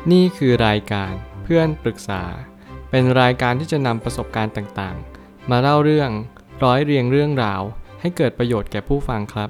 นี่คือรายการเพื่อนปรึกษาเป็นรายการที่จะนำประสบการณ์ต่างๆมาเล่าเรื่องร้อยเรียงเรื่องราวให้เกิดประโยชน์แก่ผู้ฟังครับ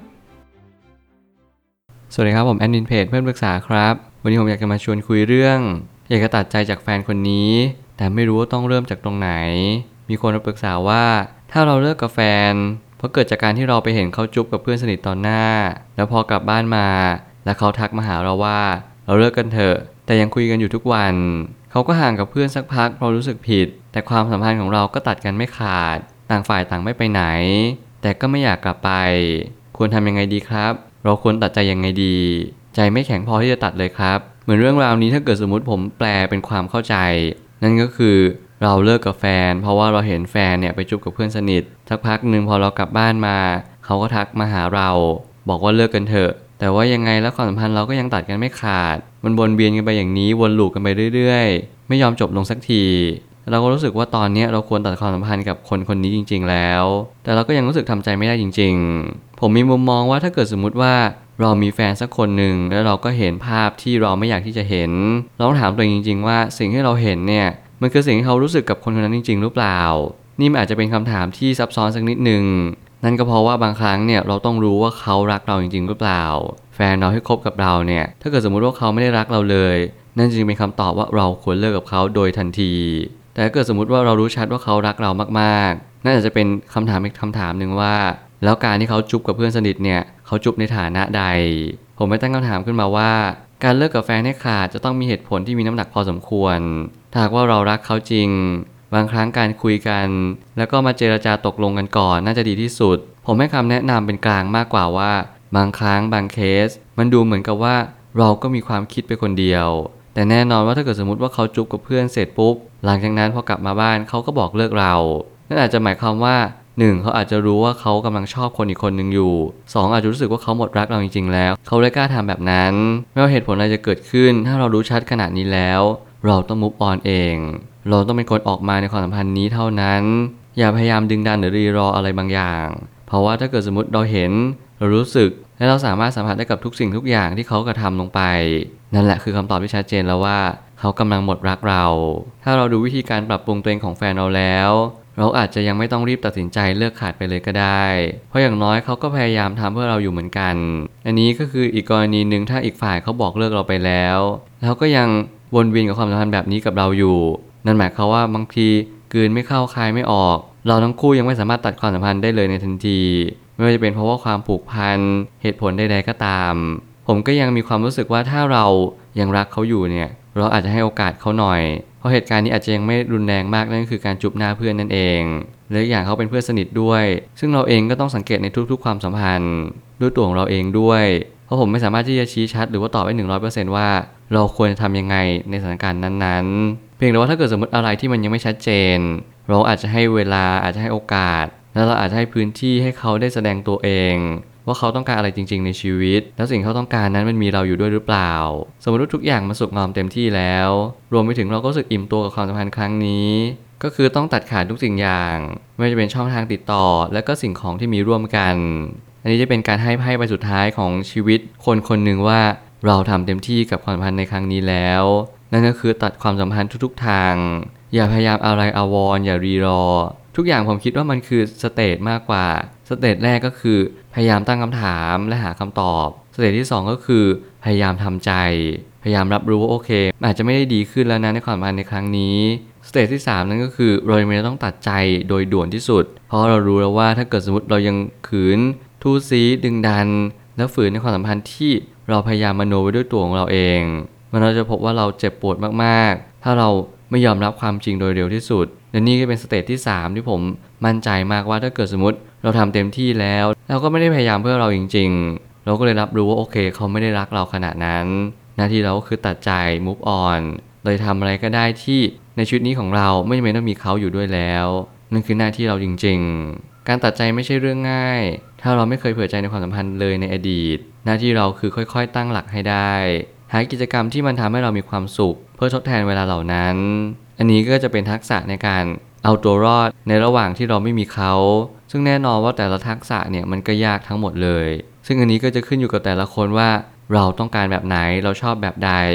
สวัสดีครับผมแอดมินเพจเพื่อนปรึกษาครับวันนี้ผมอยากจะมาชวนคุยเรื่องอยากจะตัดใจจากแฟนคนนี้แต่ไม่รู้ว่าต้องเริ่มจากตรงไหนมีคนมาปรึกษาว่าถ้าเราเลิกกับแฟนเพราะเกิดจากการที่เราไปเห็นเขาจุ๊บกับเพื่อนสนิทตอนหน้าแล้วพอกลับบ้านมาแล้วเขาทักมาหาเราว่าเราเลิกกันเถอะแต่ยังคุยกันอยู่ทุกวันเขาก็ห่างกับเพื่อนสักพักเรารู้สึกผิดแต่ความสัมพันธ์ของเราก็ตัดกันไม่ขาดต่างฝ่ายต่างไม่ไปไหนแต่ก็ไม่อยากกลับไปควรทำยังไงดีครับเราควรตัดใจยังไงดีใจไม่แข็งพอที่จะตัดเลยครับเหมือนเรื่องราวนี้ถ้าเกิดสมมุติผมแปลเป็นความเข้าใจนั่นก็คือเราเลิกกับแฟนเพราะว่าเราเห็นแฟนเนี่ยไปจุ๊บกับเพื่อนสนิทสักพักหนึ่งพอเรากลับบ้านมาเขาก็ทักมาหาเราบอกว่าเลิกกันเถอะแต่ว่ายังไงแล้วความสัมพันธ์เราก็ยังตัดกันไม่ขาดมันวนเวียนกันไปอย่างนี้วนลูปกันไปเรื่อยๆไม่ยอมจบลงสักทีเราก็รู้สึกว่าตอนนี้เราควรตัดความสัมพันธ์กับคนคนนี้จริงๆแล้วแต่เราก็ยังรู้สึกทำใจไม่ได้จริงๆผมมีมุมมองว่าถ้าเกิดสมมุติว่าเรามีแฟนสักคนหนึ่งแล้วเราก็เห็นภาพที่เราไม่อยากที่จะเห็นเราต้องถามตัวเองจริงๆว่าสิ่งที่เราเห็นเนี่ยมันคือสิ่งที่เขารู้สึกกับคนคนนั้นจริงๆหรือเปล่านี่มันอาจจะเป็นคำถามที่ซับซ้อนสักนิดนึงนั่นก็เพราะว่าบางครั้งเนี่ยเราต้องรู้ว่าเขารักเราจริงๆหรือเปล่าแฟนเราที่คบกับเราเนี่ยถ้าเกิดสมมุติว่าเขาไม่ได้รักเราเลยนั่นจึงเป็นคำตอบว่าเราควรเลิกกับเขาโดยทันทีแต่ถ้าเกิดสมมุติว่าเรารู้ชัดว่าเขารักเรามากๆนั่นอาจจะเป็นคำถามอีกคำถามหนึ่งว่าแล้วการที่เขาจุ๊บกับเพื่อนสนิทเนี่ยเขาจุ๊บในฐานะใดผมไม่ตั้งคำถามขึ้นมาว่าการเลิกกับแฟนให้ขาดจะต้องมีเหตุผลที่มีน้ำหนักพอสมควรถ้าหากว่าเรารักเขาจริงบางครั้งการคุยกันแล้วก็มาเจรจาตกลงกันก่อนน่าจะดีที่สุดผมให้คำแนะนำเป็นกลางมากกว่าว่าบางครั้งบางเคสมันดูเหมือนกับว่าเราก็มีความคิดไปคนเดียวแต่แน่นอนว่าถ้าเกิดสมมติว่าเขาจุ๊บกับเพื่อนเสร็จปุ๊บหลังจากนั้นพอกลับมาบ้านเขาก็บอกเลิกเรานั่นอาจจะหมายความว่า1เขาอาจจะรู้ว่าเขากำลังชอบคนอีกคนหนึ่งอยู่2อาจจะรู้สึกว่าเขาหมดรักเราจริงๆแล้วเขาเลยกล้าทำแบบนั้นไม่ว่าเหตุผลอะไรจะเกิดขึ้นถ้าเรารู้ชัดขนาดนี้แล้วเราต้องmove onเองเราต้องเป็นคนออกมาในความสัมพันธ์นี้เท่านั้นอย่าพยายามดึงดันหรือรีรออะไรบางอย่างเพราะว่าถ้าเกิดสมมติเราเห็นเรารู้สึกและเราสามารถสัมผัสได้กับทุกสิ่งทุกอย่างที่เขากระทำลงไปนั่นแหละคือคำตอบที่ชัดเจนแล้วว่าเขากำลังหมดรักเราถ้าเราดูวิธีการปรับปรุงตัวเองของแฟนเราแล้วเราอาจจะยังไม่ต้องรีบตัดสินใจเลิกขาดไปเลยก็ได้เพราะอย่างน้อยเขาก็พยายามทำเพื่อเราอยู่เหมือนกันอันนี้ก็คืออีกกรณีหนึ่งถ้าอีกฝ่ายเขาบอกเลิกเราไปแล้วแล้วก็ยังวนเวียนกับความสัมพันธ์แบบนี้กับเราอยู่นั่นหมายความว่าบางทีกลืนไม่เข้าคายไม่ออกเราทั้งคู่ยังไม่สามารถตัดความสัมพันธ์ได้เลยในทันทีไม่ว่าจะเป็นเพราะว่าความผูกพันเหตุผลใดๆก็ตามผมก็ยังมีความรู้สึกว่าถ้าเรายังรักเขาอยู่เนี่ยเราอาจจะให้โอกาสเขาหน่อยเพราะเหตุการณ์นี้อาจจะยังไม่รุนแรงมากนั่นคือการจุ๊บหน้าเพื่อนนั่นเองและอย่างเขาเป็นเพื่อนสนิทด้วยซึ่งเราเองก็ต้องสังเกตในทุกๆความสัมพันธ์ด้วยตัวของเราเองด้วยเพราะผมไม่สามารถที่จะชี้ชัดหรือว่าตอบได้ 100% ว่าเราควรจะทำยังไงในสถานการณ์นั้นๆเพียงแต่ว่าถ้าเกิดสมมติอะไรที่มันยังไม่ชัดเจนเราอาจจะให้เวลาอาจจะให้โอกาสแล้วเราอาจจะให้พื้นที่ให้เขาได้แสดงตัวเองว่าเขาต้องการอะไรจริงๆในชีวิตแล้วสิ่งที่เขาต้องการนั้นมันมีเราอยู่ด้วยหรือเปล่าสมมติว่าทุกอย่างมันสุกงอมเต็มที่แล้วรวมไปถึงเราก็รู้สึกอิ่มตัวกับความสัมพันธ์ครั้งนี้ก็คือต้องตัดขาดทุกสิ่งอย่างไม่ว่าจะเป็นช่องทางติดต่อและก็สิ่งของที่มีร่วมกันอันนี้จะเป็นการให้ใบสุดท้ายของชีวิตคนคนหนึ่งว่าเราทำเต็มที่กับความสัมพันธ์ในครั้งนี้แล้วนั่นก็คือตัดความสัมพันธ์ทุกๆทางอย่าพยายามอะไรอาวรณ์อย่ารีรอทุกอย่างผมคิดว่ามันคือสเตจมากกว่าสเตจแรกก็คือพยายามตั้งคำถามและหาคำตอบสเตจที่2ก็คือพยายามทำใจพยายามรับรู้ว่าโอเคอาจจะไม่ได้ดีขึ้นแล้วนะในความสัมพันธ์ในครั้งนี้สเตจที่3นั่นก็คือเราไม่ต้องตัดใจโดยด่วนที่สุดเพราะเรารู้แล้วว่าถ้าเกิดสมมติเรายังขืนทู่ซีดึงดันแล้วฝืนในความสัมพันธ์ที่เราพยายามมโนไว้ด้วยตัวของเราเองเราจะพบว่าเราเจ็บปวดมากๆถ้าเราไม่ยอมรับความจริงโดยเร็วที่สุดและนี่ก็เป็นสเตจที่3ที่ผมมั่นใจมากว่าถ้าเกิดสมมติเราทำเต็มที่แล้วเราก็ไม่ได้พยายามเพื่อเราจริงๆเราก็เลยรับรู้ว่าโอเคเขาไม่ได้รักเราขนาดนั้นหน้าที่เราก็คือตัดใจ move on เลยทำอะไรก็ได้ที่ในชีวิตนี้ของเราไม่จำเป็นต้องมีเขาอยู่ด้วยแล้วนั่นคือหน้าที่เราจริงๆการตัดใจไม่ใช่เรื่องง่ายถ้าเราไม่เคยเผื่อใจในความสัมพันธ์เลยในอดีตหน้าที่เราคือค่อยๆตั้งหลักให้ได้หากิจกรรมที่มันทำให้เรามีความสุขเพื่อทดแทนเวลาเหล่านั้นอันนี้ก็จะเป็นทักษะในการเอาตัวรอดในระหว่างที่เราไม่มีเขาซึ่งแน่นอนว่าแต่ละทักษะเนี่ยมันก็ยากทั้งหมดเลยซึ่งอันนี้ก็จะขึ้นอยู่กับแต่ละคนว่าเราต้องการแบบไหนเราชอบแบบใด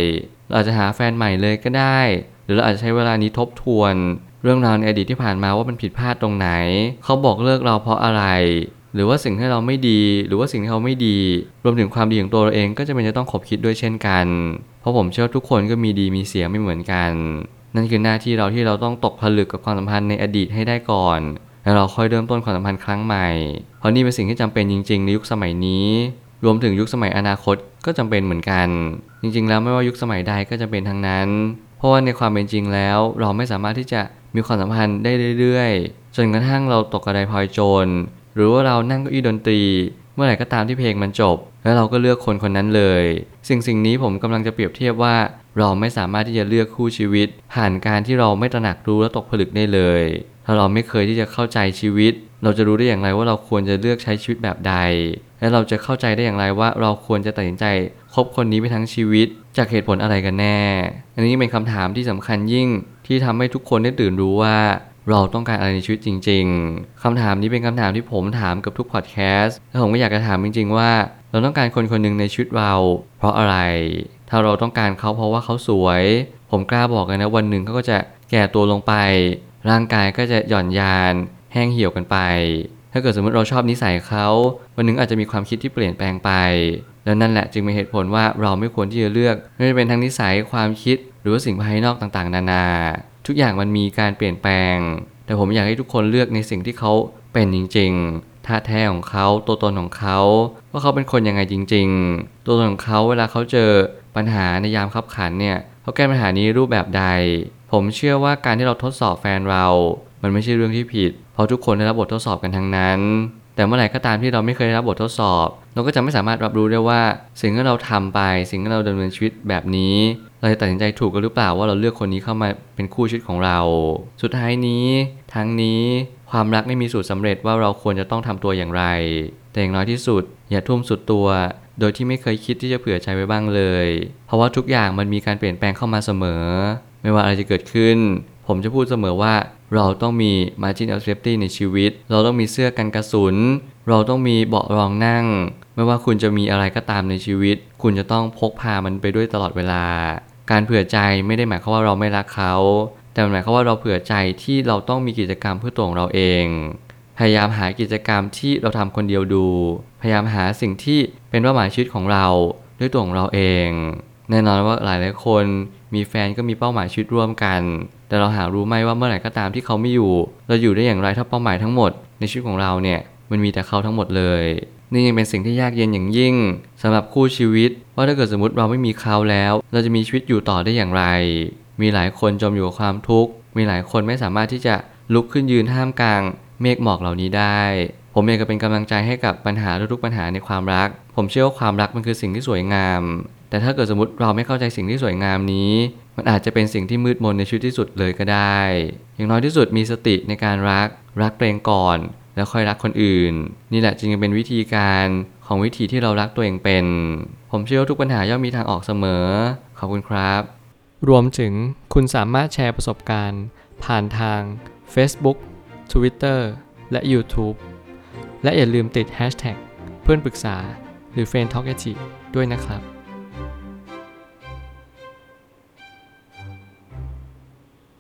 เราอาจจะหาแฟนใหม่เลยก็ได้หรือเราอาจจะใช้เวลานี้ทบทวนเรื่องราวในอดีตที่ผ่านมาว่ามันผิดพลาดตรงไหนเขาบอกเลิกเราเพราะอะไรหรือว่าสิ่งที่เราไม่ดีหรือว่าสิ่งที่เขาไม่ดีรวมถึงความดีของตัวเราเองก็จะเป็นจะต้องคบคิดด้วยเช่นกันเพราะผมเชื่อทุกคนก็มีดีมีเสียไม่เหมือนกันนั่นคือหน้าที่เราที่เราต้องตกผลึกกับความสัมพันธ์ในอดีตให้ได้ก่อนแล้วเราค่อยเริ่มต้นความสัมพันธ์ครั้งใหม่เพราะนี่เป็นสิ่งที่จำเป็นจริงๆในยุคสมัยนี้รวมถึงยุคสมัยอนาคตก็จำเป็นเหมือนกันจริงๆแล้วไม่ว่ายุคสมัยใดก็จำเป็นทั้งนั้นเพราะว่าในความเป็นจริงแล้วเราไม่สามารถที่จะมีความสัมพันธ์ได้เรื่อยๆจนกระทั่งเราตกกระไดพลอยโจรหรือว่าเรานั่งเก้าอี้ดนตรีเมื่อไหร่ก็ตามที่เพลงมันจบแล้วเราก็เลือกคนคนนั้นเลยสิ่งนี้ผมกำลังจะเปรียบเทียบว่าเราไม่สามารถที่จะเลือกคู่ชีวิตผ่านการที่เราไม่ตระหนักรู้และตกผลึกได้เลยถ้าเราไม่เคยที่จะเข้าใจชีวิตเราจะรู้ได้อย่างไรว่าเราควรจะเลือกใช้ชีวิตแบบใดและเราจะเข้าใจได้อย่างไรว่าเราควรจะตัดสินใจคบคนนี้ไปทั้งชีวิตจากเหตุผลอะไรกันแน่อันนี้เป็นคำถามที่สำคัญยิ่งที่ทำให้ทุกคนได้ตื่นรู้ว่าเราต้องการอะไรในชีวิตจริงๆคำถามนี้เป็นคำถามที่ผมถามกับทุกพอดแคสต์และผมก็อยากจะถามจริงๆว่าเราต้องการคนคนหนึ่งในชีวิตเราเพราะอะไรถ้าเราต้องการเขาเพราะว่าเขาสวยผมกล้าบอกเลยนะวันหนึ่งเขาก็จะแก่ตัวลงไปร่างกายก็จะหย่อนยานแห้งเหี่ยวกันไปถ้าเกิดสมมติเราชอบนิสัยเขาวันหนึ่งอาจจะมีความคิดที่เปลี่ยนแปลงไปแล้วนั่นแหละจึงเป็นเหตุผลว่าเราไม่ควรที่จะเลือกไม่ว่าจะเป็นทั้งนิสัยความคิดหรือว่าสิ่งภายนอกต่างๆนานาทุกอย่างมันมีการเปลี่ยนแปลงแต่ผมอยากให้ทุกคนเลือกในสิ่งที่เขาเป็นจริงๆท่าแท้ของเขาตัวตนของเขาว่าเขาเป็นคนยังไงจริงๆตัวตนของเขาเวลาเขาเจอปัญหาในยามคับขันเนี่ยเขาแก้ปัญหานี้รูปแบบใดผมเชื่อว่าการที่เราทดสอบแฟนเรามันไม่ใช่เรื่องที่ผิดเพราะทุกคนได้รับบททดสอบกันทั้งนั้นแต่เมื่อไหร่ก็ตามที่เราไม่เคยได้รับบททดสอบเราก็จะไม่สามารถรับรู้ได้ว่าสิ่งที่เราทำไปสิ่งที่เราดำเนินชีวิตแบบนี้เราจะตัดสินใจถูกกันหรือเปล่าว่าเราเลือกคนนี้เข้ามาเป็นคู่ชีวิตของเราสุดท้ายนี้ทั้งนี้ความรักไม่มีสูตรสำเร็จว่าเราควรจะต้องทำตัวอย่างไรแต่อย่างน้อยที่สุดอย่าทุ่มสุดตัวโดยที่ไม่เคยคิดที่จะเผื่อใจไว้บ้างเลยเพราะว่าทุกอย่างมันมีการเปลี่ยนแปลงเข้ามาเสมอไม่ว่าอะไรจะเกิดขึ้นผมจะพูดเสมอว่าเราต้องมี margin of safety ในชีวิตเราต้องมีเสื้อกันกระสุนเราต้องมีเบาะรองนั่งไม่ว่าคุณจะมีอะไรก็ตามในชีวิตคุณจะต้องพกพามันไปด้วยตลอดเวลาการเผื่อใจไม่ได้หมายความว่าเราไม่รักเขาแต่หมายความว่าเราเผื่อใจที่เราต้องมีกิจกรรมเพื่อตัวของเราเองพยายามหากิจกรรมที่เราทำคนเดียวดูพยายามหาสิ่งที่เป็นเป้าหมายชีวิตของเราด้วยตัวของเราเองแน่นอนว่าหลายๆคนมีแฟนก็มีเป้าหมายชีวิตร่วมกันแต่เราหารู้ไหมว่าเมื่อไหร่ก็ตามที่เขาไม่อยู่เราอยู่ได้อย่างไรถ้าเป้าหมายทั้งหมดในชีวิตของเราเนี่ยมันมีแต่เขาทั้งหมดเลยนี่ยังเป็นสิ่งที่ยากเย็นอย่างยิ่งสำหรับคู่ชีวิตว่าถ้าเกิดสมมติเราไม่มีเขาแล้วเราจะมีชีวิตอยู่ต่อได้อย่างไรมีหลายคนจมอยู่กับความทุกข์มีหลายคนไม่สามารถที่จะลุกขึ้นยืนท่ามกลางเมฆหมอกเหล่านี้ได้ผมอยากจะเป็นกำลังใจให้กับปัญหาทุกๆปัญหาในความรักผมเชื่อว่าความรักมันคือสิ่งที่สวยงามแต่ถ้าเกิดสมมติเราไม่เข้าใจสิ่งที่สวยงามนี้มันอาจจะเป็นสิ่งที่มืดมนในชีวิตที่สุดเลยก็ได้อย่างน้อยที่สุดมีสติในการรักตัวเองก่อนแล้วค่อยรักคนอื่นนี่แหละจึงเป็นวิธีการของวิธีที่เรารักตัวเองเป็นผมเชื่อว่าทุกปัญหาย่อมมีทางออกเสมอขอบคุณครับรวมถึงคุณสามารถแชร์ประสบการณ์ผ่านทาง Facebook Twitter และ YouTube และอย่าลืมติด hashtag เพื่อนปรึกษาหรือ Friend Talk ด้วยนะครับ